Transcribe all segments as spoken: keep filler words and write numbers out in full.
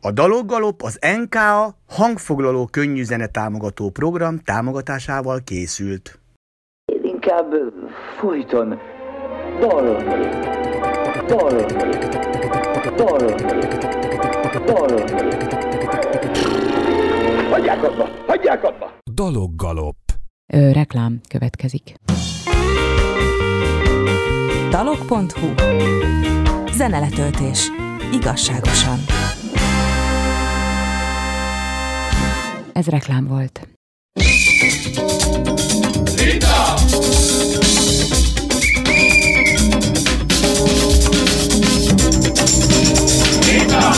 A Daloggalop az en ká á hangfoglaló könnyű zene támogató program támogatásával készült. Én inkább folyton dal, dal, dal, dal. Hagyják abba, hagyják abba! Daloggalop. Ö, reklám következik. dalog pont hu. Zeneletöltés. Igazságosan. Ez reklám volt. Rita! Rita!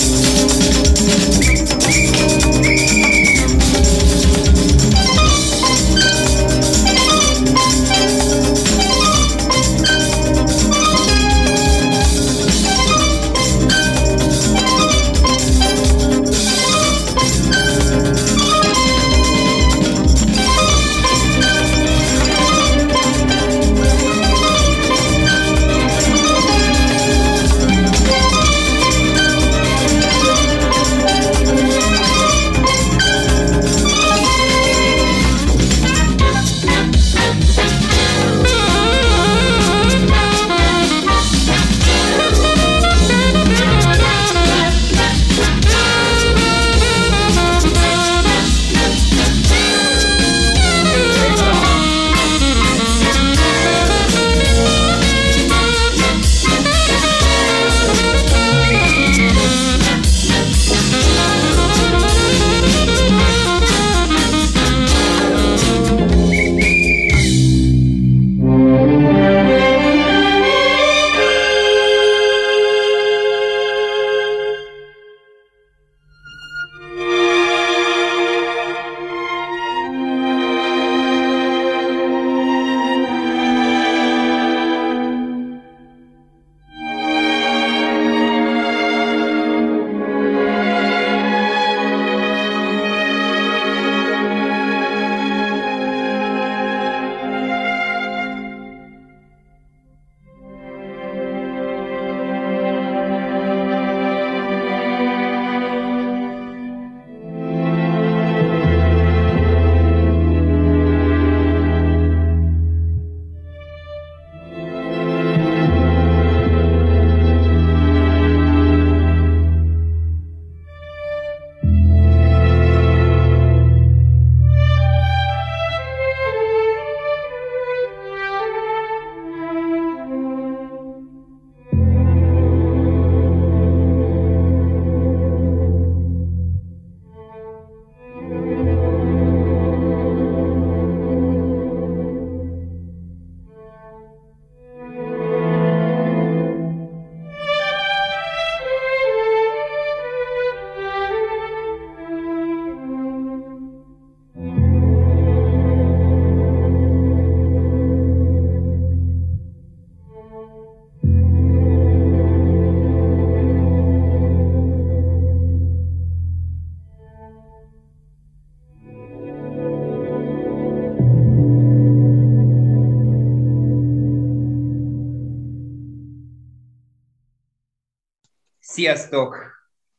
Sziasztok!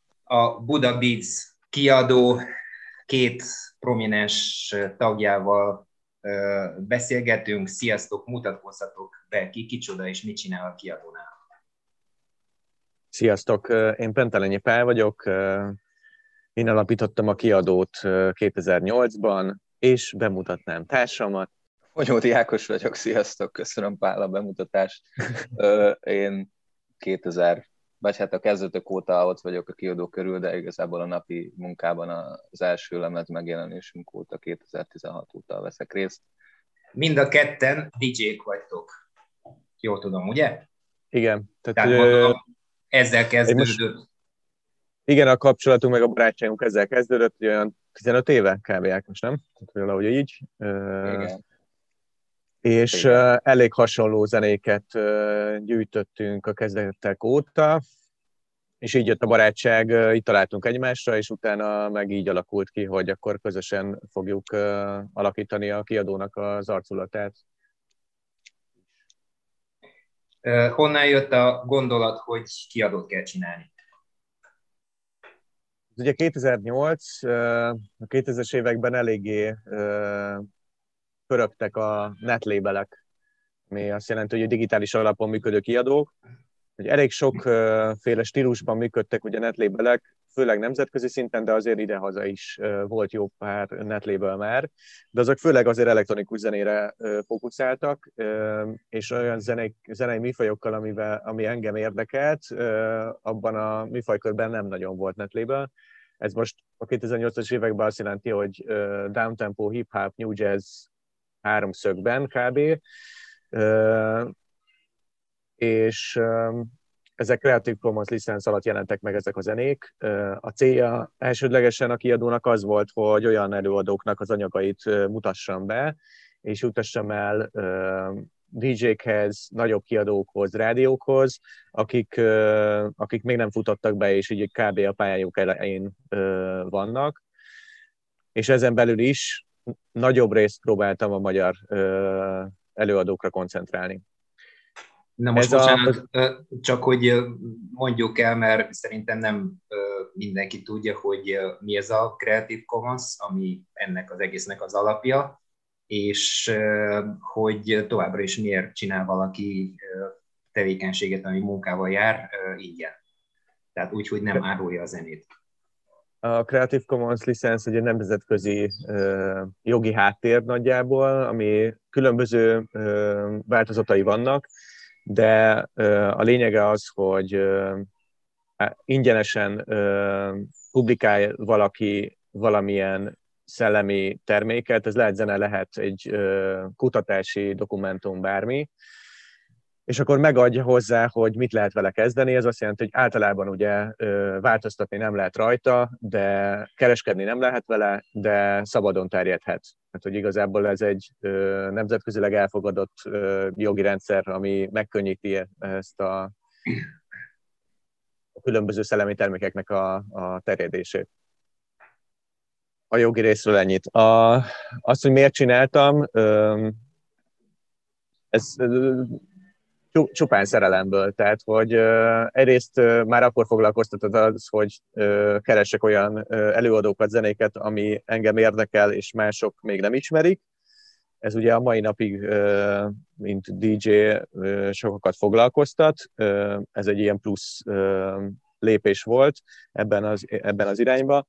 A Buda Beats kiadó két prominens tagjával beszélgetünk. Sziasztok, mutatkozzatok be, ki kicsoda és mit csinál a kiadónál. Sziasztok, én Pentelenyi Pál vagyok. Én alapítottam a kiadót kétezer-nyolcban, és bemutatnám társamat. Fonyódi Ákos vagyok, sziasztok, köszönöm Pál a bemutatást. Én kétezer, vagy hát a kezdetek óta ott vagyok a kiadó körül, de igazából a napi munkában az első lemez megjelenésünk óta, kétezer-tizenhat óta veszek részt. Mind a ketten dé jék vagytok, jól tudom, ugye? Igen. Tehát, tehát mondom, ezzel kezdődött. Most, igen, a kapcsolatunk meg a barátságunk ezzel kezdődött, olyan tizenöt éve kb. Ákos, nem? Tehát valahogy így. Igen. És igen. Elég hasonló zenéket gyűjtöttünk a kezdetek óta, és így jött a barátság, így találtunk egymásra, és utána meg így alakult ki, hogy akkor közösen fogjuk alakítani a kiadónak az arculatát. Honnan jött a gondolat, hogy kiadót kell csinálni? ugye kétezer-nyolc, a kétezres években eléggé pörögtek a netlabelek, ami azt jelenti, hogy digitális alapon működő kiadók. Hogy elég sokféle stílusban működtek ugye netlabelek, főleg nemzetközi szinten, de azért idehaza is volt jó pár netlabel már, de azok főleg azért elektronikus zenére fókuszáltak, és olyan zenék, zenei műfajokkal, amivel, ami engem érdekelt, abban a műfajkörben nem nagyon volt netlabel. Ez most a kétezer-nyolcas években azt jelenti, hogy downtempo, hip-hop, new jazz háromszögben kb. És ezek Creative Commons licensz alatt jelentek meg ezek a zenék. A célja elsődlegesen a kiadónak az volt, hogy olyan előadóknak az anyagait mutassam be, és jutassam el dé jékhez, nagyobb kiadókhoz, rádiókhoz, akik, akik még nem futottak be, és így kb. A pályájuk elején vannak. És ezen belül is nagyobb részt próbáltam a magyar előadókra koncentrálni. Na most Ez bocsánat, a... csak hogy mondjuk el, mert szerintem nem mindenki tudja, hogy mi ez a Creative Commons, ami ennek az egésznek az alapja, és hogy továbbra is miért csinál valaki tevékenységet, ami munkával jár, ingyen. Tehát úgy, hogy nem árulja a zenét. A Creative Commons licensz egy nemzetközi uh, jogi háttér nagyjából, ami különböző uh, változatai vannak, de uh, a lényege az, hogy uh, ingyenesen uh, publikál valaki valamilyen szellemi terméket, ez lehet zene, lehet egy uh, kutatási dokumentum, bármi, és akkor megadja hozzá, hogy mit lehet vele kezdeni. Ez azt jelenti, hogy általában ugye változtatni nem lehet rajta, de kereskedni nem lehet vele, de szabadon terjedhet. Hát, hogy igazából ez egy nemzetközileg elfogadott jogi rendszer, ami megkönnyíti ezt a, a különböző szellemi termékeknek a, a terjedését. A jogi részről ennyit. A, azt, hogy miért csináltam, ez csupán szerelemből, tehát hogy uh, egyrészt uh, már akkor foglalkoztatott az, hogy uh, keresek olyan uh, előadókat, zenéket, ami engem érdekel, és mások még nem ismerik. Ez ugye a mai napig, uh, mint dé jé, uh, sokakat foglalkoztat. Uh, ez egy ilyen plusz uh, lépés volt ebben az, ebben az irányba.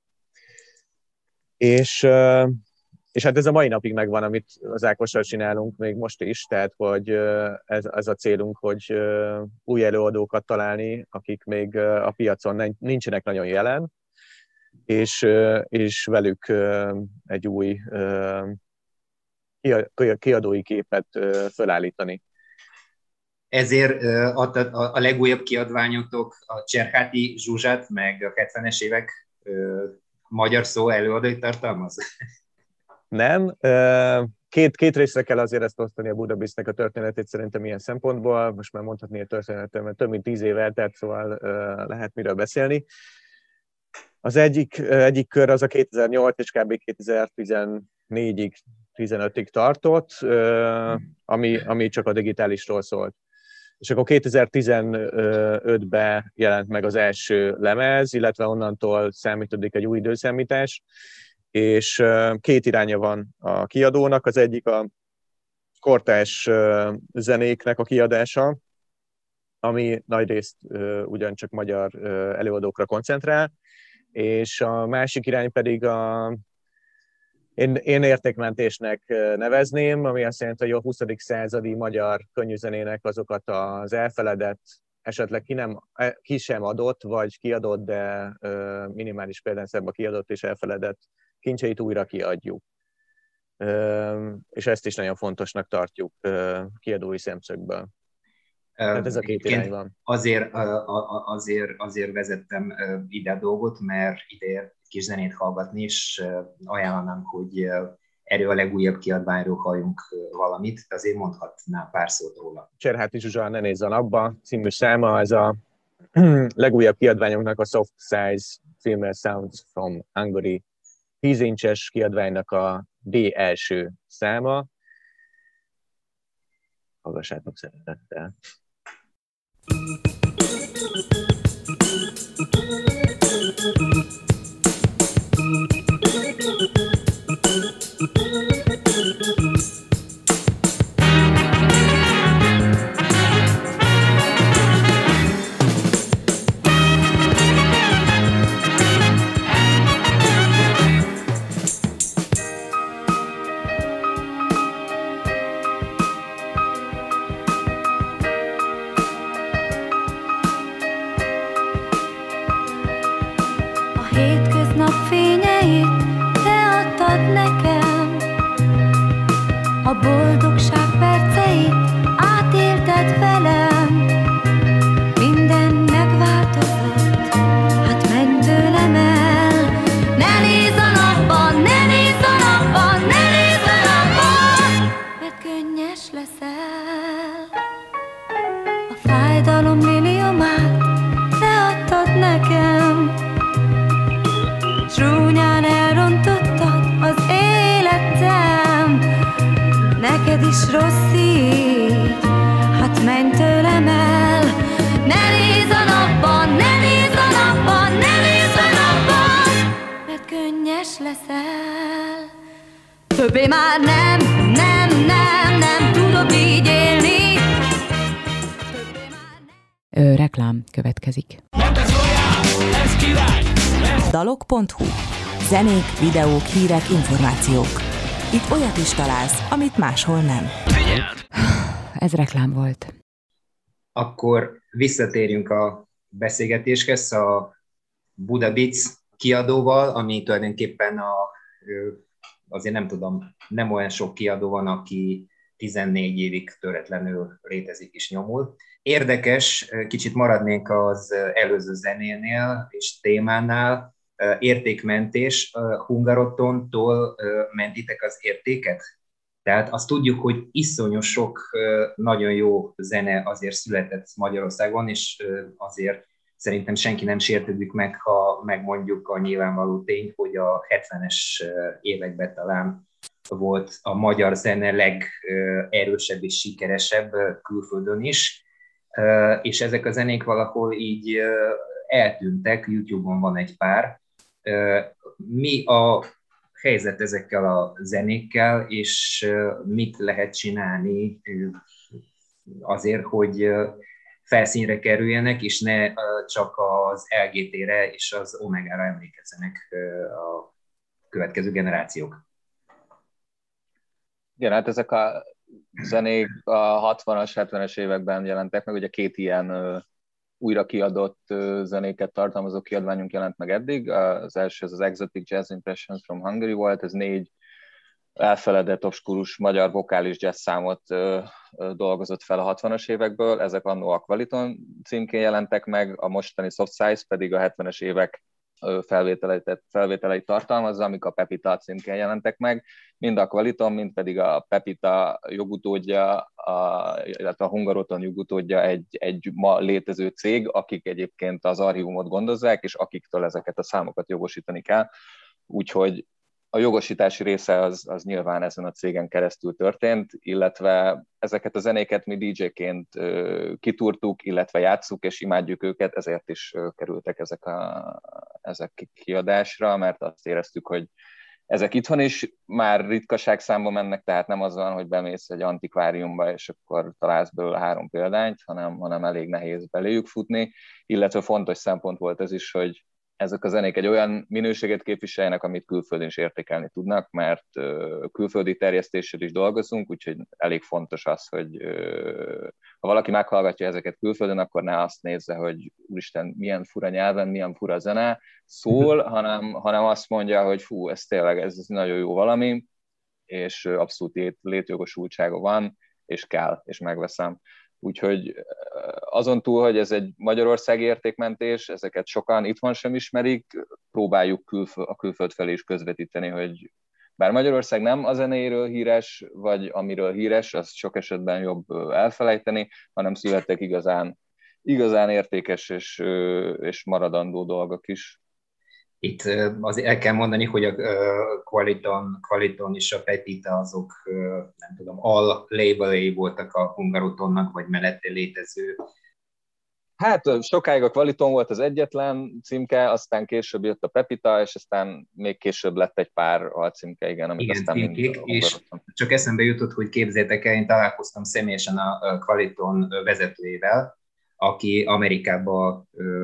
És uh, És hát ez a mai napig megvan, amit az Ákossal csinálunk még most is, tehát hogy ez, ez a célunk, hogy új előadókat találni, akik még a piacon nincsenek nagyon jelen, és, és velük egy új kiadói képet felállítani. Ezért a, a legújabb kiadványotok a Cserháti Zsuzsát, meg a hetvenes évek magyar szó előadóit tartalmaz? Nem. Két, két részre kell azért ezt osztani a Budabeastnek a történetét szerintem ilyen szempontból. Most már mondhatni a történetet, mert több mint tíz év eltelt, szóval lehet miről beszélni. Az egyik, egyik kör az a kétezer-nyolc és kb. kétezer-tizennégyig, tizenötig tartott, ami, ami csak a digitálisról szólt. És akkor kétezer-tizenötben jelent meg az első lemez, illetve onnantól számítódik egy új időszámítás, és két iránya van a kiadónak. Az egyik a kortárs zenéknek a kiadása, ami nagyrészt ugyancsak magyar előadókra koncentrál, és a másik irány pedig a én, én értékmentésnek nevezném, ami azt jelenti, hogy a huszadik századi magyar könnyűzenének azokat az elfeledett, esetleg ki, nem, ki sem adott, vagy kiadott, de minimális példányszámban kiadott és elfeledett kincseit újra kiadjuk. És ezt is nagyon fontosnak tartjuk kiadói szemszögből. Tehát ez a két irány van. Azért, azért, azért vezettem ide a dolgot, mert ide kis zenét hallgatni, és ajánlanám, hogy erről a legújabb kiadványról halljunk valamit, de azért mondhatnám pár szót róla. Cserháti Zsuzsa, Ne nézz a napba című száma, ez a legújabb kiadványunknak a Soft Size Female Sounds from Hungary tíz incses kiadványnak a D első száma. Hallgassátok szeretettel! hétköznap fényeit te adtad nekem, a boldogság perceit átélted velem. Minden megváltozott, hát menj tőlem el. Ne nézz a napban, ne nézz a napban, ne nézz a napban, mert könnyes leszel. A fájdalom milliómát te adtad nekem, csúnyán elrontottad az életem. Neked is rossz így, hát menj tőlem el. Ne nézz a napban, ne nézz a napban, ne nézz a napban, mert könnyes leszel. Többé már nem, nem, nem, nem tudok így élni. Többé már nem. Ö, reklám következik. dalok pont hu. Zenék, videók, hírek, információk. Itt olyat is találsz, amit máshol nem. Ez reklám volt. Akkor visszatérjünk a beszélgetéshez a Buda Beats kiadóval, ami tulajdonképpen a, azért nem tudom, nem olyan sok kiadó van, aki tizennégy évig töretlenül létezik és nyomul. Érdekes, kicsit maradnénk az előző zenénél és témánál, értékmentés, Hungarotontól mentitek az értéket? Tehát azt tudjuk, hogy iszonyos sok nagyon jó zene azért született Magyarországon, és azért szerintem senki nem sértődik meg, ha megmondjuk a nyilvánvaló tényt, hogy a hetvenes években talán volt a magyar zene legerősebb és sikeresebb külföldön is, és ezek a zenék valahol így eltűntek, YouTube-on van egy pár. Mi a helyzet ezekkel a zenékkel, és mit lehet csinálni azért, hogy felszínre kerüljenek, és ne csak az el gé té-re és az Omegára emlékezzenek a következő generációk? Igen, hát ezek a zenék a hatvanas, hetvenes években jelentek meg, ugye két ilyen újra kiadott zenéket tartalmazó kiadványunk jelent meg eddig. Az első az az Exotic Jazz Impressions from Hungary volt, ez négy elfeledett, obskurus magyar vokális jazz számot dolgozott fel a hatvanas évekből, ezek annó a Qualiton címkén jelentek meg, a mostani Soft Size pedig a hetvenes évek felvételeit, felvételeit tartalmazza, amik a Pepita címkén jelentek meg, mind a Qualiton, mind pedig a Pepita jogutódja, a, illetve a Hungaroton jogutódja egy, egy ma létező cég, akik egyébként az archívumot gondozzák, és akiktől ezeket a számokat jogosítani kell. Úgyhogy a jogosítási része az, az nyilván ezen a cégen keresztül történt, illetve ezeket a zenéket mi dé dzséként kitúrtuk, illetve játsszuk, és imádjuk őket, ezért is kerültek ezek, a, ezek kiadásra, mert azt éreztük, hogy ezek itthon is már ritkaság számba mennek, tehát nem az van, hogy bemész egy antikváriumba, és akkor találsz belőle három példányt, hanem, hanem elég nehéz beléjük futni, illetve fontos szempont volt ez is, hogy ezek a zenék egy olyan minőséget képviseljenek, amit külföldön is értékelni tudnak, mert külföldi terjesztéssel is dolgozunk, úgyhogy elég fontos az, hogy ha valaki meghallgatja ezeket külföldön, akkor ne azt nézze, hogy úristen, milyen fura nyelven, milyen fura zene szól, hanem, hanem azt mondja, hogy fú, ez tényleg ez nagyon jó valami, és abszolút létjogosultsága van, és kell, és megveszem. Úgyhogy azon túl, hogy ez egy magyarországi értékmentés, ezeket sokan itthon sem ismerik, próbáljuk külföld, a külföld felé is közvetíteni, hogy bár Magyarország nem a zenéről híres, vagy amiről híres, az sok esetben jobb elfelejteni, hanem születtek igazán, igazán értékes és, és maradandó dolgok is. Itt azért el kell mondani, hogy a Qualiton, Qualiton és a Pepita azok, nem tudom, all labelei voltak a Hungarotonnak, vagy mellette létező. Hát sokáig a Qualiton volt az egyetlen címke, aztán később jött a Pepita, és aztán még később lett egy pár alcímke, igen, amit igen, aztán címkék, és csak eszembe jutott, hogy képzeljétek el, én találkoztam személyesen a Qualiton vezetőjével, aki Amerikában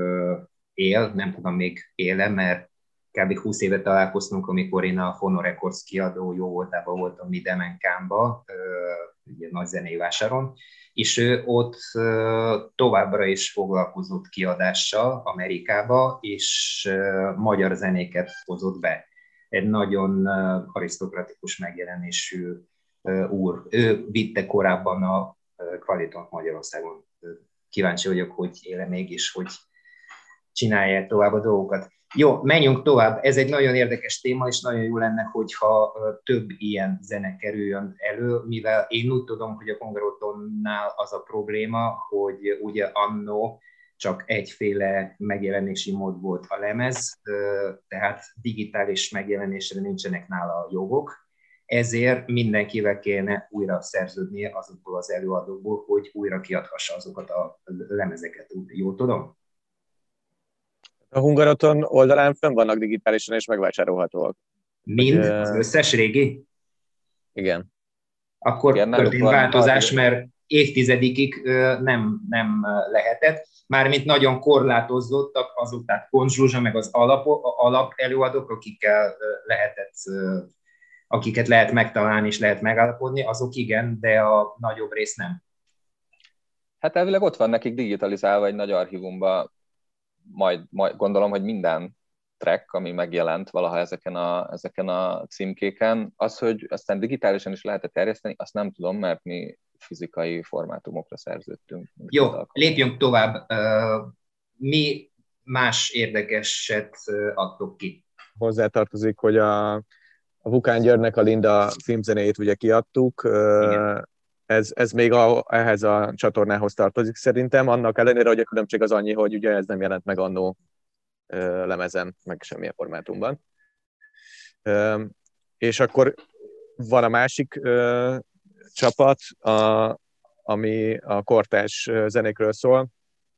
él, nem tudom még éle, mert kb. húsz évet találkoztunk, amikor én a Phono Records kiadó jó voltában voltam Midemenkámba, ugye, nagy zenei vásáron, és ő ott továbbra is foglalkozott kiadással Amerikába, és magyar zenéket hozott be. Egy nagyon arisztokratikus megjelenésű úr. Ő vitte korábban a Kvalitont Magyarországon. Kíváncsi vagyok, hogy éle még is, hogy csinálja tovább a dolgokat. Jó, menjünk tovább. Ez egy nagyon érdekes téma, és nagyon jó lenne, hogyha több ilyen zene kerüljön elő, mivel én úgy tudom, hogy a Hungarotonnál az a probléma, hogy ugye annó csak egyféle megjelenési mód volt a lemez, tehát digitális megjelenésre nincsenek nála a jogok, ezért mindenkivel kéne újra szerződnie azokból az előadókból, hogy újra kiadhassa azokat a lemezeket. Jól tudom? A Hungaroton oldalán fönn vannak digitálisan és megvásárolhatóak. Mind? Hogy, az összes régi? Igen. Akkor igen, történt változás, mert évtizedikig nem, nem lehetett. Mármint nagyon korlátozottak azok, tehát Koncz Zsuzsa, meg az alap, alap előadók, akikkel lehetett, akiket lehet megtalálni és lehet megállapodni, azok igen, de a nagyobb rész nem. Hát elvileg ott van nekik digitalizálva egy nagy archívumban, majd, majd gondolom, hogy minden track, ami megjelent valaha ezeken a, ezeken a címkéken, az, hogy aztán digitálisan is lehet terjeszteni, azt nem tudom, mert mi fizikai formátumokra szerződtünk. Jó, lépjünk tovább. Mi más érdekeset adtok ki? Hozzátartozik, hogy a, a Vukán Györgynek a Linda filmzenéjét ugye kiadtuk. Igen. Ez, ez még a, ehhez a csatornához tartozik szerintem, annak ellenére, hogy a különbség az annyi, hogy ugye ez nem jelent meg annó ö, lemezen, meg semmilyen formátumban. Ö, és akkor van a másik ö, csapat, a, ami a kortárs zenékről szól.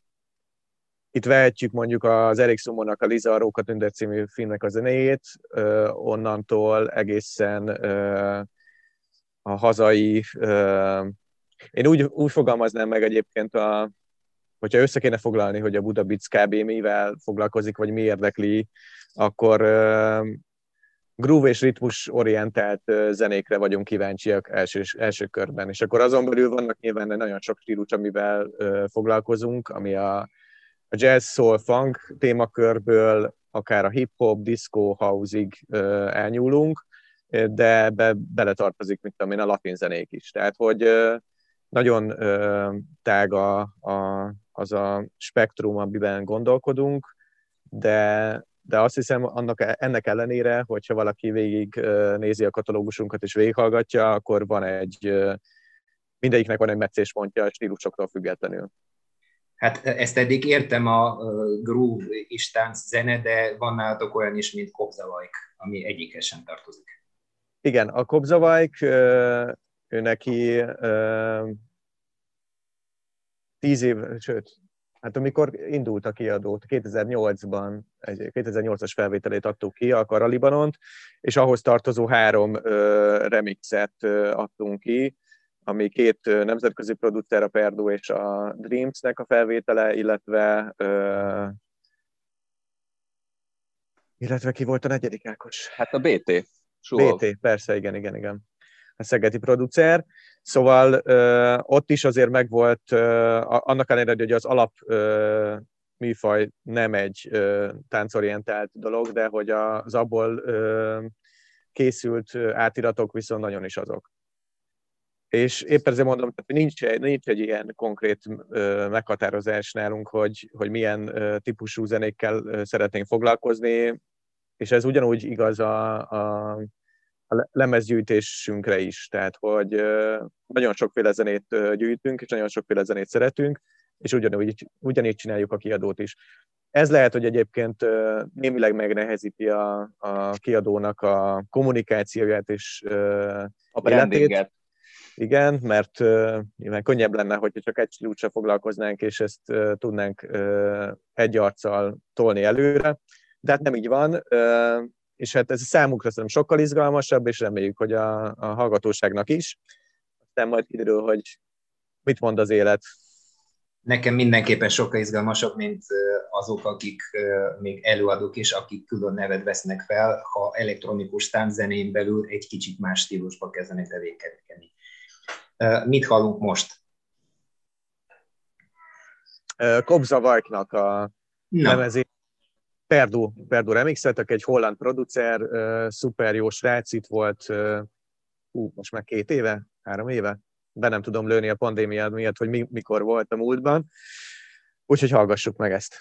Itt vehetjük mondjuk az Erik Szumónak a Liza a Róka Tündér című filmnek a zenéjét, ö, onnantól egészen ö, a hazai, uh, én úgy, úgy fogalmaznám meg egyébként, a, hogyha össze kéne foglalni, hogy a Buda Beats kb. Mivel foglalkozik, vagy mi érdekli, akkor uh, groove és ritmus orientált uh, zenékre vagyunk kíváncsiak első, első körben. És akkor azon belül vannak nyilván nagyon sok stílus, amivel uh, foglalkozunk, ami a, a jazz, soul, funk témakörből, akár a hip-hop, disco, house-ig uh, elnyúlunk, de ebbe beletartozik, mint tudom én, a latin zenék is. Tehát, hogy nagyon tág a, a, az a spektrum, amiben gondolkodunk, de, de azt hiszem, annak, ennek ellenére, hogyha valaki végig nézi a katalógusunkat és végighallgatja, akkor van egy, mindegyiknek van egy meccéspontja a stílusoktól függetlenül. Hát ezt eddig értem, a groove és tánc zene, de van nálatok olyan is, mint Kobzavajk, ami egyikhez sem tartozik. Igen, a Kobzavajk, ő neki tíz év, sőt, hát amikor indult a kiadó, kétezer-nyolcban, egy kétezer-nyolcas felvételét adtuk ki, a Kara Libanont, és ahhoz tartozó három remixet adtunk ki, ami két nemzetközi producer, a Perdue és a Dreamsnek a felvétele, illetve illetve ki volt a negyedik, Ákos? Hát a bé té. bé té, persze, igen, igen, igen. A szegedi producer. Szóval ö, ott is azért megvolt, ö, annak ellenére, hogy az alap ö, műfaj nem egy ö, táncorientált dolog, de hogy az abból ö, készült átiratok viszont nagyon is azok. És épp ezért mondom, hogy nincs, nincs egy ilyen konkrét ö, meghatározás nálunk, hogy, hogy milyen ö, típusú zenékkel ö, szeretnénk foglalkozni, és ez ugyanúgy igaz a, a, a lemezgyűjtésünkre is, tehát hogy ö, nagyon sokféle zenét ö, gyűjtünk, és nagyon sokféle zenét szeretünk, és ugyanúgy, ugyanígy csináljuk a kiadót is. Ez lehet, hogy egyébként ö, némileg megnehezíti a, a kiadónak a kommunikációját és ö, a brandinget. Igen, mert uh, nyilván könnyebb lenne, hogyha csak egy stílusra foglalkoznánk, és ezt uh, tudnánk uh, egy arccal tolni előre, de hát nem így van, uh, és hát ez számunkra szerintem sokkal izgalmasabb, és reméljük, hogy a, a hallgatóságnak is. Aztán majd kiderül, hogy mit mond az élet. Nekem mindenképpen sokkal izgalmasabb, mint azok, akik még előadók is, akik külön nevet vesznek fel, ha elektronikus tánczenén belül egy kicsit más stílusba kezdenek tevékenykedni. Mit hallunk most? Kobza Vajknak a lemezét, Perdu, Perdu remixeltek, egy holland producer, szuper jó srác, itt volt, hú, most már két éve, három éve, be nem tudom lőni a pandémia miatt, hogy mi, mikor volt a múltban, úgyhogy hallgassuk meg ezt.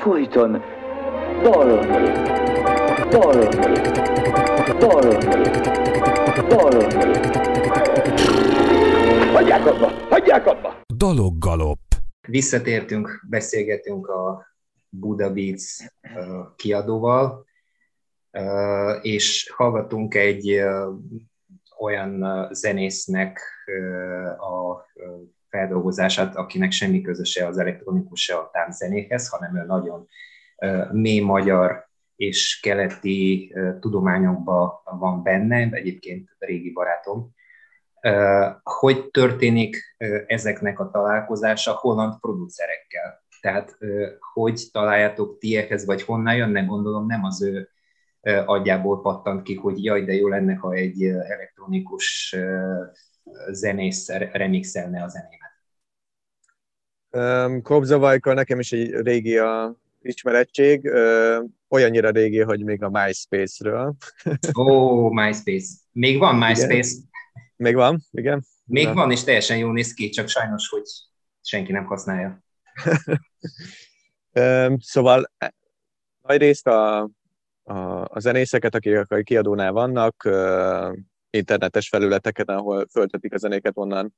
folyton dalolni, dalolni, dalolni, dalolni. Hagyják abba, hagyják abba! Daloggalop. Visszatértünk, beszélgetünk a Buddha Beats kiadóval, és hallgatunk egy olyan zenésznek a feldolgozását, akinek semmi közöse az elektronikus se a tánczenéhez, hanem ő nagyon mély magyar és keleti tudományokban van benne, egyébként régi barátom. Hogy történik ezeknek a találkozása holland producerekkel? Tehát hogy találjátok ti ehhez, vagy honnan jönnek? Gondolom nem az ő agyából pattant ki, hogy jaj, de jó lenne, ha egy elektronikus zenész remixelne a zenémet. Kobzavajkkal nekem is egy régi a ismerettség, olyannyira régi, hogy még a MySpace-ről. Ó, oh, MySpace. Még van MySpace? Igen. Még van, igen. Még Na. van, és teljesen jól néz ki, csak sajnos, hogy senki nem használja. Szóval nagyrészt a, a, a zenészeket, akik a kiadónál vannak, internetes felületeken, ahol föltetik a zenéket, onnan,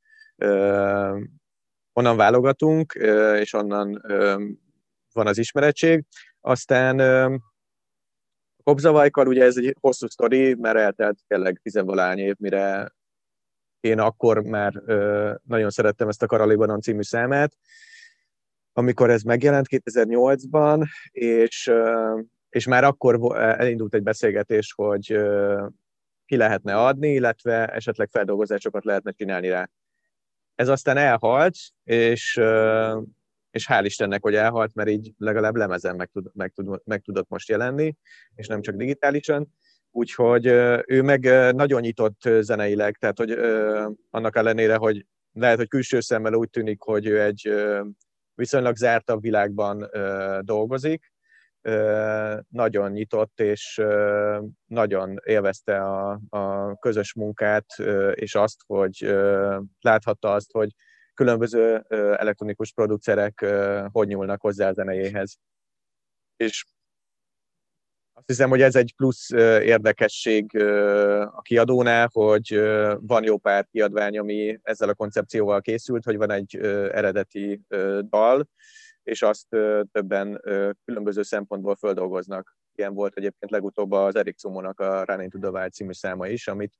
onnan válogatunk, és onnan van az ismerettség. Aztán a Kobzavajkkal ugye ez egy hosszú sztori, mert eltelt tényleg tizenvalány év, mire én akkor már ö, nagyon szerettem ezt a Kara Libanon című számát, amikor ez megjelent kétezer-nyolcban, és, ö, és már akkor elindult egy beszélgetés, hogy ö, ki lehetne adni, illetve esetleg feldolgozásokat lehetne csinálni rá. Ez aztán elhalt, és, ö, és hál' Istennek, hogy elhalt, mert így legalább lemezen meg, tud, meg, tud, meg tudott most jelenni, és nem csak digitálisan. Úgyhogy ő meg nagyon nyitott zeneileg, tehát hogy annak ellenére, hogy lehet, hogy külső szemmel úgy tűnik, hogy ő egy viszonylag zártabb világban dolgozik, nagyon nyitott, és nagyon élvezte a, a közös munkát, és azt, hogy láthatta azt, hogy különböző elektronikus producerek hogy nyúlnak hozzá a zenéjéhez. És azt hiszem, hogy ez egy plusz érdekesség a kiadónál, hogy van jó pár kiadvány, ami ezzel a koncepcióval készült, hogy van egy eredeti dal, és azt többen különböző szempontból földolgoznak. Ilyen volt egyébként legutóbb az Eric Szumónak a Run Into the Wild című száma is, amit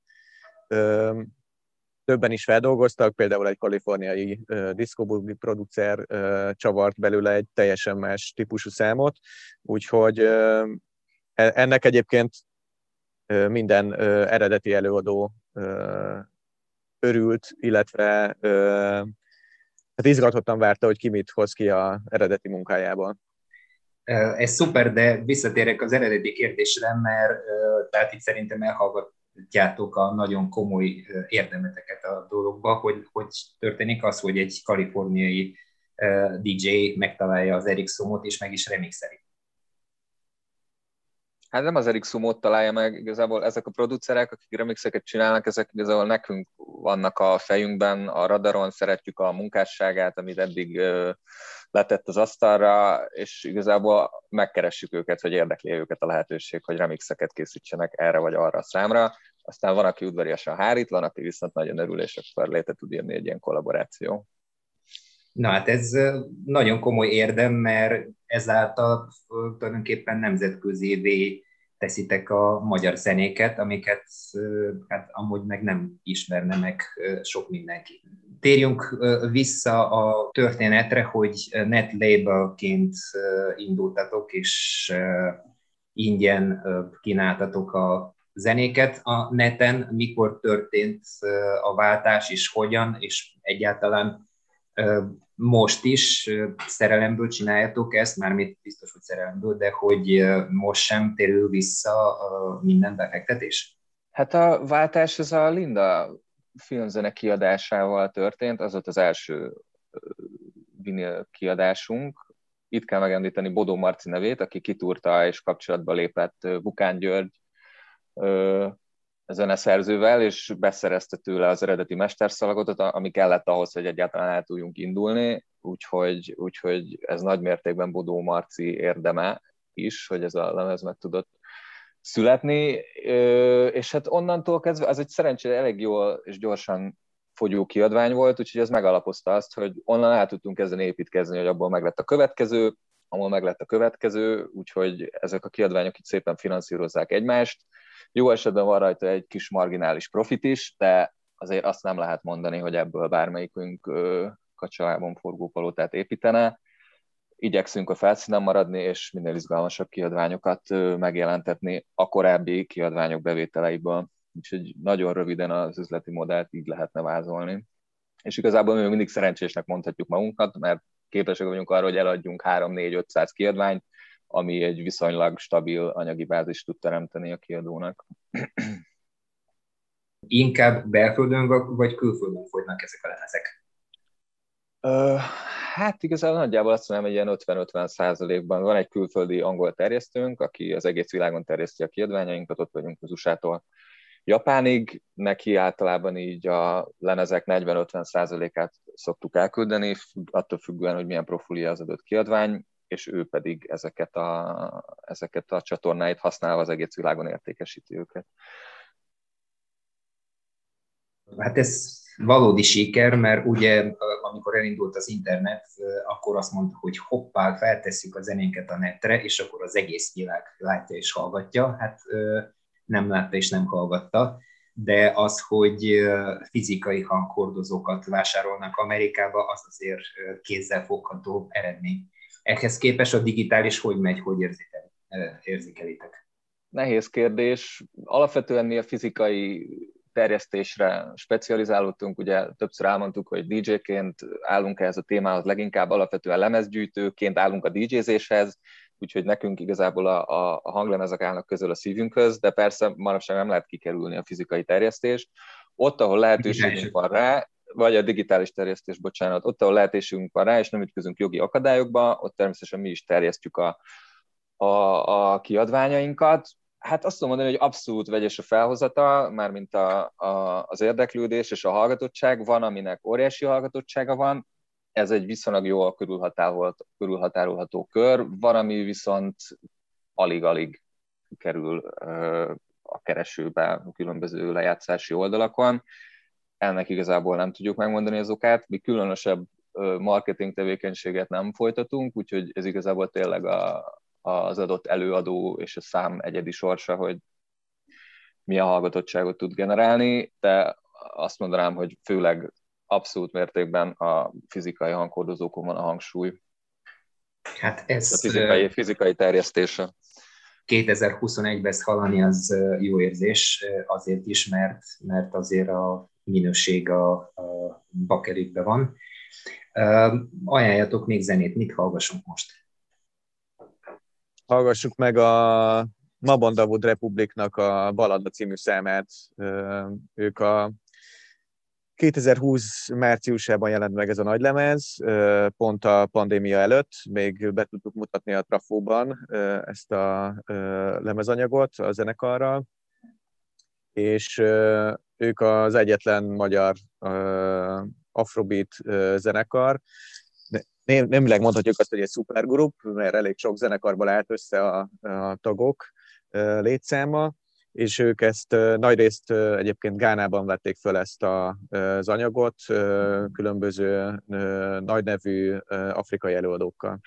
többen is feldolgoztak, például egy kaliforniai diszkóbugi producer csavart belőle egy teljesen más típusú számot, úgyhogy ennek egyébként minden eredeti előadó örült, illetve hát izgatottan várta, hogy ki mit hoz ki az eredeti munkájából. Ez szuper, de visszatérek az eredeti kérdésre, mert tehát itt szerintem elhallgatjátok a nagyon komoly érdemeteket a dologba, hogy, hogy történik az, hogy egy kaliforniai dé dzsé megtalálja az Eric Szumót, és meg is remixeli. Hát nem az Eric Szumót találja meg, igazából ezek a producerek, akik remixeket csinálnak, ezek igazából nekünk vannak a fejünkben, a radaron, szeretjük a munkásságát, amit eddig uh, letett az asztalra, és igazából megkeressük őket, hogy érdekli őket a lehetőség, hogy remixeket készítsenek erre vagy arra a számra. Aztán van, aki udvariasan hárít, van, aki viszont nagyon örül, és akkor létre tud írni egy ilyen kollaboráció. Na hát ez nagyon komoly érdem, mert ezáltal tulajdonképpen nemzetközévé teszitek a magyar zenéket, amiket hát amúgy meg nem ismerne meg sok mindenki. Térjünk vissza a történetre, hogy net labelként indultatok, és ingyen kínáltatok a zenéket a neten. Mikor történt a váltás, és hogyan, és egyáltalán most is szerelemből csináljátok ezt, mármint biztos, hogy szerelemből, de hogy most sem térül vissza minden befektetés? Hát a váltás az a Linda filmzene kiadásával történt, az volt az első vinil kiadásunk. Itt kell megemlíteni Bodó Marci nevét, aki kitúrta és kapcsolatba lépett Bukán György zeneszerzővel, és beszerezte tőle az eredeti mesterszalagotot, ami kellett ahhoz, hogy egyáltalán el tudjunk indulni, úgyhogy, úgyhogy ez nagy mértékben Bodó Marci érdeme is, hogy ez a lemez meg tudott születni, és hát onnantól kezdve, az egy szerencsére elég jól és gyorsan fogyó kiadvány volt, úgyhogy ez megalapozta azt, hogy onnan el tudtunk kezdeni építkezni, hogy abból meg lett a következő, ahol meg lett a következő, úgyhogy ezek a kiadványok itt szépen finanszírozzák egymást. Jó esetben van rajta egy kis marginális profit is, de azért azt nem lehet mondani, hogy ebből bármelyikünk kacsalábon forgó palotát építene. Igyekszünk a felszínen maradni, és minél izgalmasabb kiadványokat megjelentetni a korábbi kiadványok bevételeiből. Úgyhogy nagyon röviden az üzleti modellt így lehetne vázolni. És igazából mi mindig szerencsésnek mondhatjuk magunkat, mert képesek vagyunk arra, hogy eladjunk három-négy-ötszáz kiadványt, ami egy viszonylag stabil anyagi bázist tud teremteni a kiadónak. Inkább belföldön vagy külföldön folynak ezek a lemezek? Uh, hát igazából nagyjából azt mondom, hogy ilyen ötven-ötven százalékban van egy külföldi angol terjesztőnk, aki az egész világon terjeszti a kiadványainkat, ott vagyunk az u es á-tól Japánig, neki általában így a lemezek negyven-ötven százalékát szoktuk elküldeni, attól függően, hogy milyen profilja az adott kiadvány, és ő pedig ezeket a, ezeket a csatornáit használva az egész világon értékesíti őket. Hát ez valódi siker, mert ugye amikor elindult az internet, akkor azt mondta, hogy hoppá, feltesszük a zenénket a netre, és akkor az egész világ látja és hallgatja. Hát nem látta és nem hallgatta, de az, hogy fizikai hanghordozókat vásárolnak Amerikába, az azért kézzelfogható eredmény. Ehhez képest a digitális hogy megy, hogy érzékelitek? Nehéz kérdés. Alapvetően mi a fizikai terjesztésre specializálódtunk, ugye többször elmondtuk, hogy dé dzséként állunk ehhez a témához, leginkább alapvetően lemezgyűjtőként állunk a dé dzsézéshez, úgyhogy nekünk igazából a, a, a hanglemezek állnak közül a szívünkhöz, de persze manapság nem lehet kikerülni a fizikai terjesztést. Ott, ahol lehetőségünk van rá, vagy a digitális terjesztés, bocsánat, ott, ahol lehetőségünk van rá, és nem ütközünk jogi akadályokba, ott természetesen mi is terjesztjük a, a, a kiadványainkat. Hát azt tudom mondani, hogy abszolút vegyes a felhozata, mármint a, a, az érdeklődés és a hallgatottság van, aminek óriási hallgatottsága van. Ez egy viszonylag jól körülhatárolható kör, van, ami viszont alig-alig kerül a keresőbe a különböző lejátszási oldalakon. Ennek igazából nem tudjuk megmondani az okát. Mi különösebb marketing tevékenységet nem folytatunk, úgyhogy ez igazából tényleg a, az adott előadó és a szám egyedi sorsa, hogy milyen hallgatottságot tud generálni, de azt mondanám, hogy főleg abszolút mértékben a fizikai hanghordozókon van a hangsúly. Hát ez... A fizikai, fizikai terjesztése. kétezer-huszonegyben ezt hallani az jó érzés, azért is, mert, mert azért a minőség a, a bakerikben van. Ajánljatok még zenét, mit hallgassunk most? Hallgassuk meg a Mabandavud Republiknak a Balada című számát. Ők a kétezer-húsz márciusában jelent meg ez a nagylemez, pont a pandémia előtt, még be tudtuk mutatni a Trafóban ezt a lemezanyagot a zenekarral, és ők az egyetlen magyar afrobeat zenekar. Némileg mondhatjuk azt, hogy egy szupergrup, mert elég sok zenekarból állt össze a, a tagok létszáma, és ők ezt nagyrészt egyébként Gánában vették föl ezt a, az anyagot, különböző nagynevű afrikai előadókkal.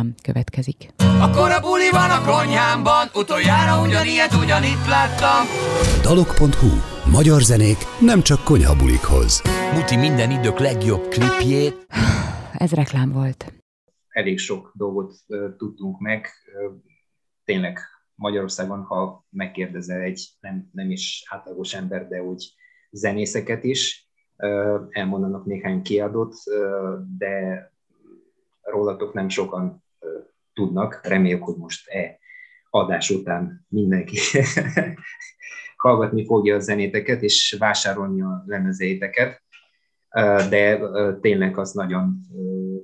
reklám következik. Akkor a buli van a konyhámban, utoljára ugyanilyet ugyanitt láttam. Dalok pont hu. Magyar zenék nem csak konyhabulikhoz. Muti minden idők legjobb klipjét. Ez reklám volt. Elég sok dolgot uh, tudtunk meg. Uh, tényleg Magyarországon, ha megkérdezel egy nem, nem is átlagos ember, de úgy zenészeket is, uh, elmondanak néhány kiadót, uh, de rólatok nem sokan uh, tudnak. Reméljük, hogy most e adás után mindenki hallgatni fogja a zenéteket, és vásárolni a lemezeiteket, uh, de uh, tényleg az nagyon uh,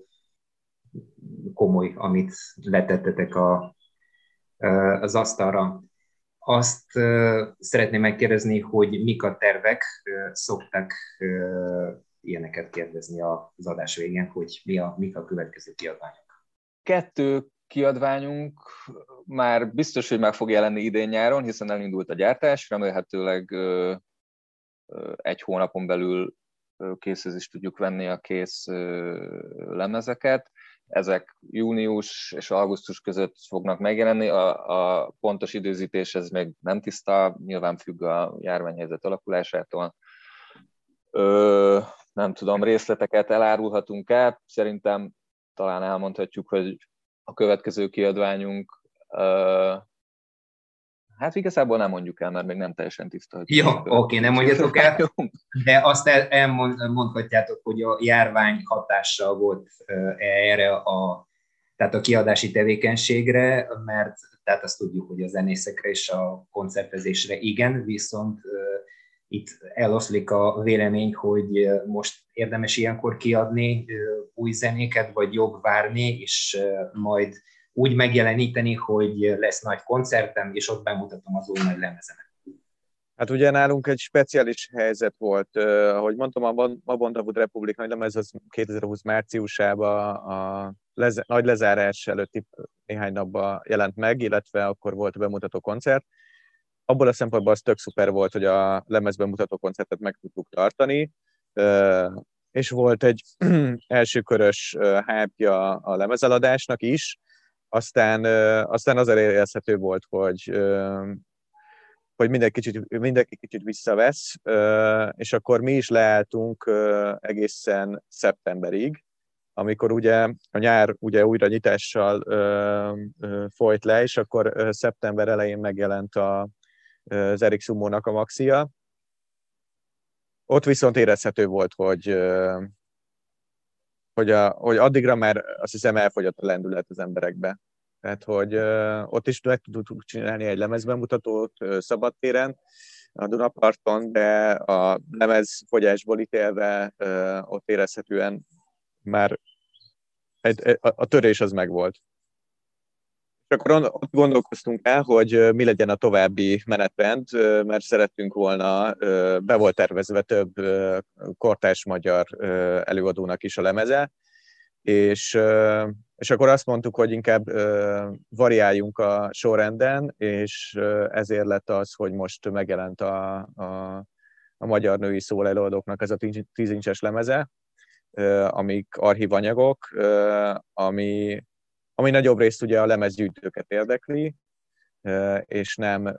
komoly, amit letettetek a, uh, az asztalra. Azt uh, szeretném megkérdezni, hogy mik a tervek, uh, szoktak uh, ilyeneket kérdezni az adás végén, hogy mi a, mik a következő kiadványok. Kettő kiadványunk már biztos, hogy meg fog jelenni idén nyáron, hiszen elindult a gyártás, remélhetőleg ö, ö, egy hónapon belül készhez is tudjuk venni a kész ö, lemezeket. Ezek június és augusztus között fognak megjelenni. A, a pontos időzítés ez még nem tiszta, nyilván függ a járványhelyzet alakulásától. Ö, nem tudom, részleteket elárulhatunk el. Szerintem talán elmondhatjuk, hogy a következő kiadványunk, ö, hát igazából nem mondjuk el, mert még nem teljesen tiszta. Jó, oké, okay, nem mondjatok el, de azt el, elmondhatjátok, hogy a járvány hatással volt erre a, tehát a kiadási tevékenységre, mert tehát azt tudjuk, hogy a zenészekre és a koncertezésre igen, viszont itt eloszlik a vélemény, hogy most érdemes ilyenkor kiadni új zenéket, vagy jobb várni, és majd úgy megjeleníteni, hogy lesz nagy koncertem, és ott bemutatom az új nagy lemezemet. Hát ugye nálunk egy speciális helyzet volt. Uh, ahogy mondtam, a Mabondavud Republik nagy lemez az kétezer-húsz márciusában a lez- nagy lezárás előtti néhány napban jelent meg, illetve akkor volt a bemutató koncert. Abból a szempontból az tök szuper volt, hogy a lemezbemutató koncertet meg tudtuk tartani, uh, és volt egy elsőkörös uh, hype-ja a lemezeladásnak is. Aztán, aztán az elérhető volt, hogy, hogy mindenki, kicsit, mindenki kicsit visszavesz, és akkor mi is leálltunk egészen szeptemberig, amikor ugye a nyár ugye újra nyitással folyt le, és akkor szeptember elején megjelent a, az Erik Summónak a maxia. Ott viszont érezhető volt, hogy Hogy, a, hogy addigra már azt hiszem elfogyott a lendület az emberekbe. Tehát, hogy uh, ott is meg tudtuk csinálni egy lemezbemutatót uh, szabadtéren, a Dunaparton, de a lemezfogyásból ítélve uh, ott érezhetően már egy, egy, a, a törés az megvolt. És akkor ott gondolkoztunk el, hogy mi legyen a további menetrend, mert szerettünk volna, be volt tervezve több kortárs magyar előadónak is a lemeze, és, és akkor azt mondtuk, hogy inkább variáljunk a sorrenden, és ezért lett az, hogy most megjelent a, a, a magyar női szól előadóknak ez a tíz incses lemeze, amik archívanyagok, ami ami nagyobb részt ugye a lemezgyűjtőket érdekli, és nem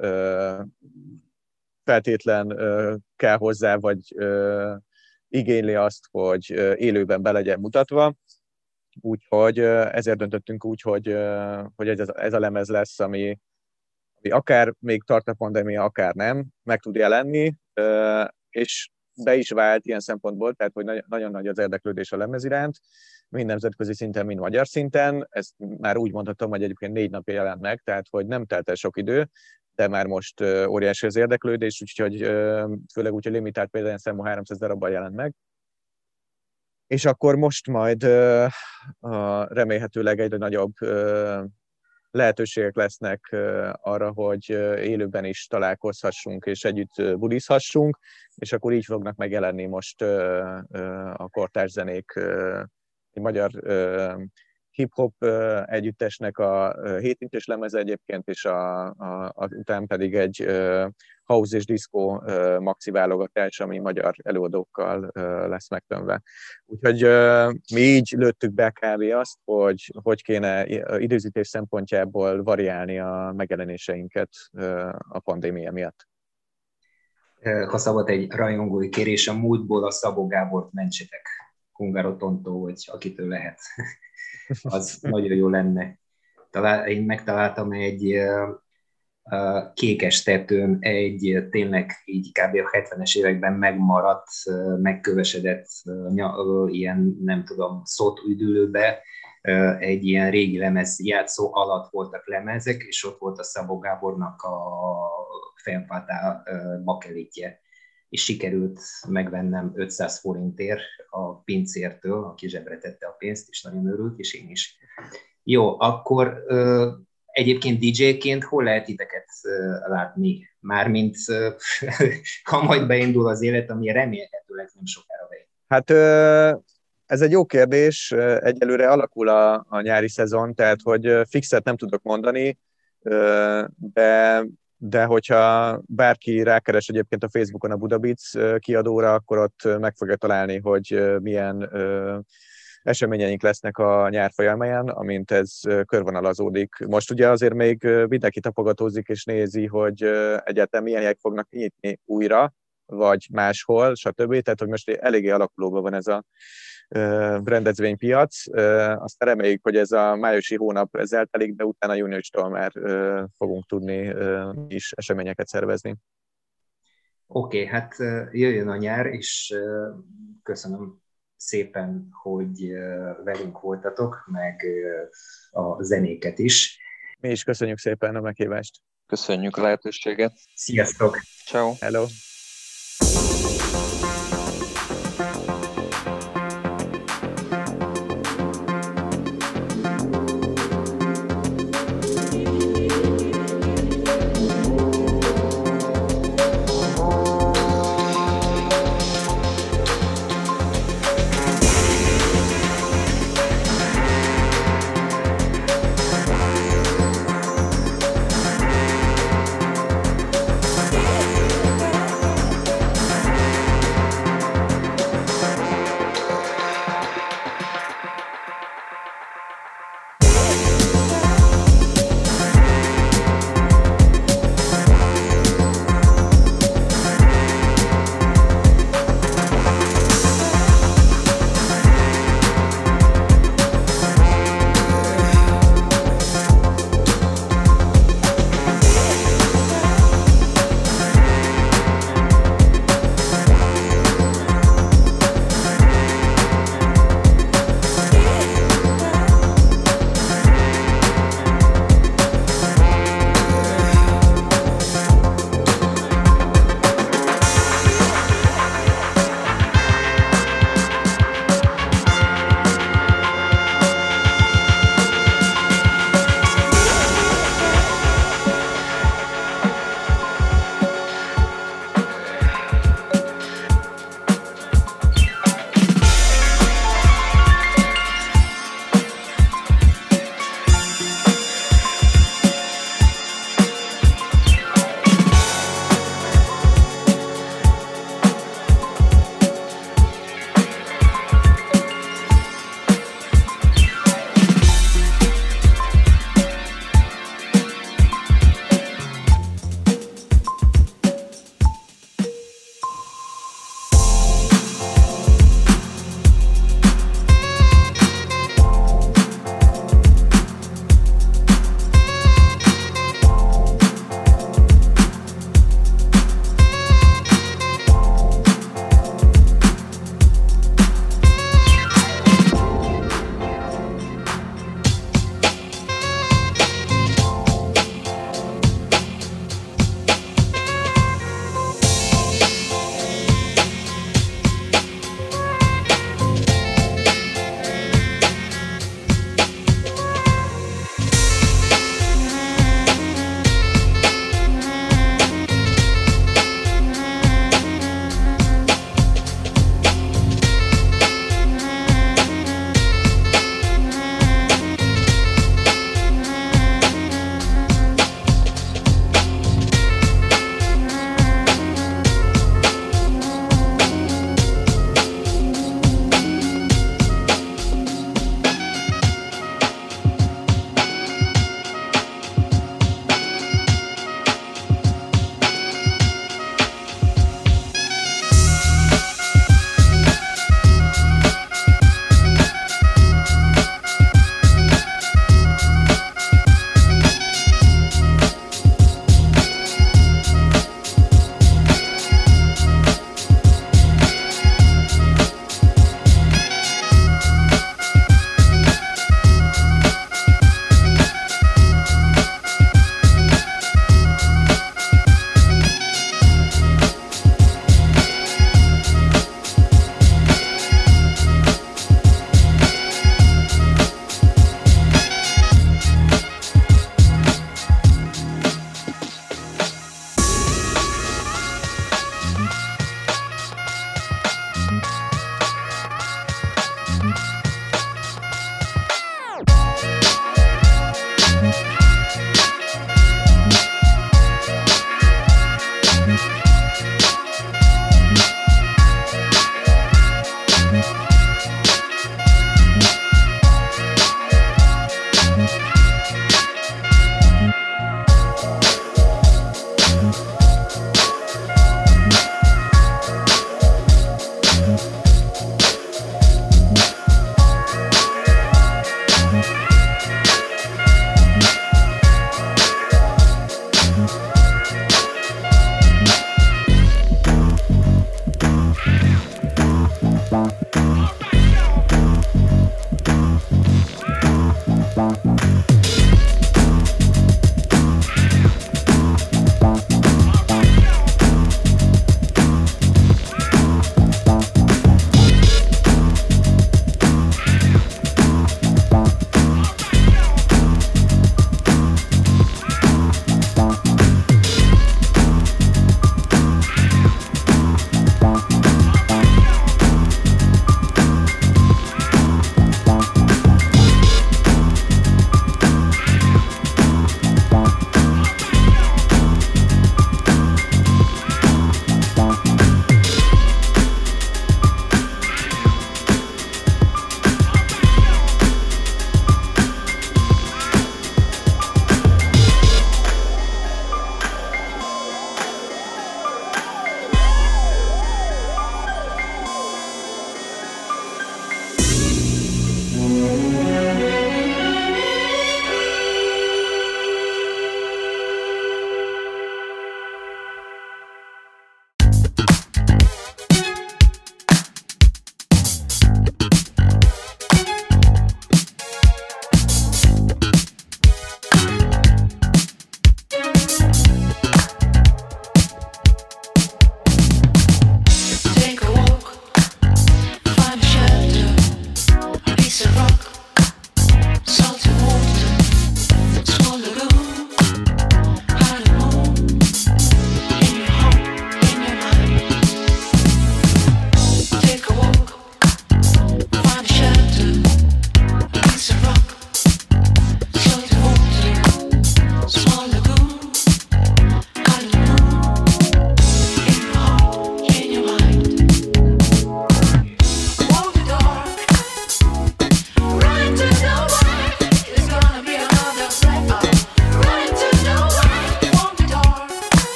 feltétlen kell hozzá, vagy igényli azt, hogy élőben be legyen mutatva. Úgyhogy ezért döntöttünk úgy, hogy, hogy ez, ez a lemez lesz, ami, ami akár még tart a pandémia, akár nem, meg tud jelenni, és be is vált ilyen szempontból, tehát hogy nagyon nagy az érdeklődés a lemez iránt, mind nemzetközi szinten, mind magyar szinten. Ezt már úgy mondhatom, hogy egyébként négy napja jelent meg, tehát hogy nem telt el sok idő, de már most óriási az érdeklődés, úgyhogy főleg úgy, hogy limitált példányszámú háromszáz darabban jelent meg. És akkor most majd remélhetőleg egyre nagyobb lehetőségek lesznek arra, hogy élőben is találkozhassunk és együtt budizhassunk, és akkor így fognak megjelenni most a kortárs zenék, egy magyar hip-hop együttesnek a hét inches lemeze egyébként, és a, a, a, után pedig egy house és disco maxi válogatás, ami magyar előadókkal lesz megtömve. Úgyhogy mi így lőttük be kb. Azt, hogy hogy kéne időzítés szempontjából variálni a megjelenéseinket a pandémia miatt. Ha szabad egy rajongói kérés, a múltból a Szabó Gábort mentsétek, Hungarotontó, vagy akitől lehet. Az nagyon jó lenne. Talál, én megtaláltam egy uh, kékes tetőn egy tényleg így kb. A hetvenes években megmaradt, uh, megkövesedett uh, ilyen, nem tudom, szót üdülőbe, uh, egy ilyen régi lemez játszó alatt voltak lemezek, és ott volt a Szabó Gábornak a Fenfatá uh, bakelitje, és sikerült megvennem ötszáz forintért a pincértől, aki zsebre tette a pénzt, és nagyon örült, és én is. Jó, akkor ö, egyébként dé dzsé-ként hol lehet titeket ö, látni? Mármint ö, ha majd beindul az élet, ami remélhetőleg nem sokára beindul. Hát ö, ez egy jó kérdés. Egyelőre alakul a, a nyári szezon, tehát hogy fixet nem tudok mondani, ö, de de hogyha bárki rákeres egyébként a Facebookon a Budabeats kiadóra, akkor ott meg fogja találni, hogy milyen eseményeink lesznek a nyár folyamán, amint ez körvonalazódik. Most ugye azért még mindenki tapogatózik és nézi, hogy egyáltalán milyen helyek fognak nyitni újra, vagy máshol, stb. Tehát, hogy most eléggé alakulóban van ez a rendezvénypiac. Azt reméljük, hogy ez a májusi hónap ez eltelik, de utána júniustól már fogunk tudni is eseményeket szervezni. Oké, okay, hát jöjjön a nyár, és köszönöm szépen, hogy velünk voltatok, meg a zenéket is. Mi is köszönjük szépen a meghívást. Köszönjük a lehetőséget. Sziasztok! Ciao. Hello!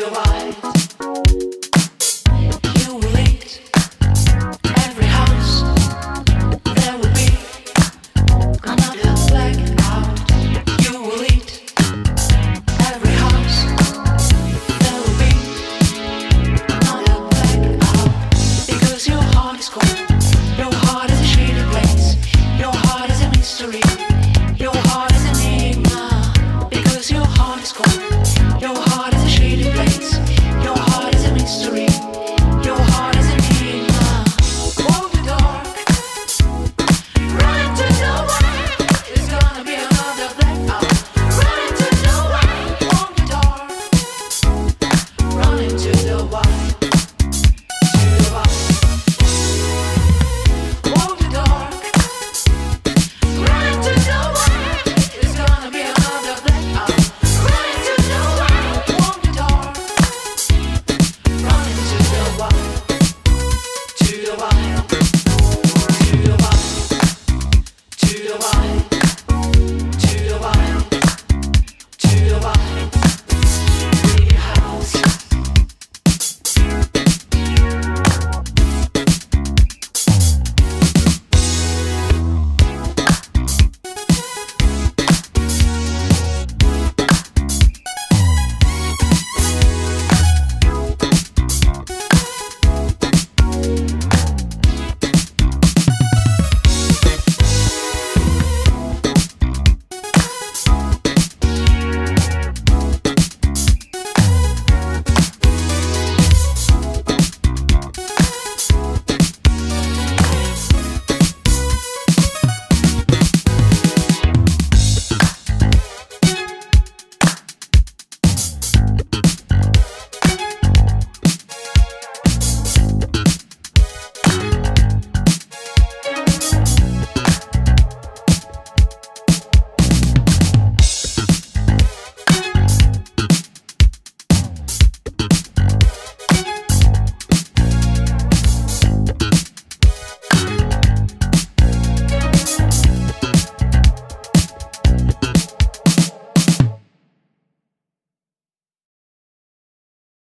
Your heart is an enigma, because your heart is cold.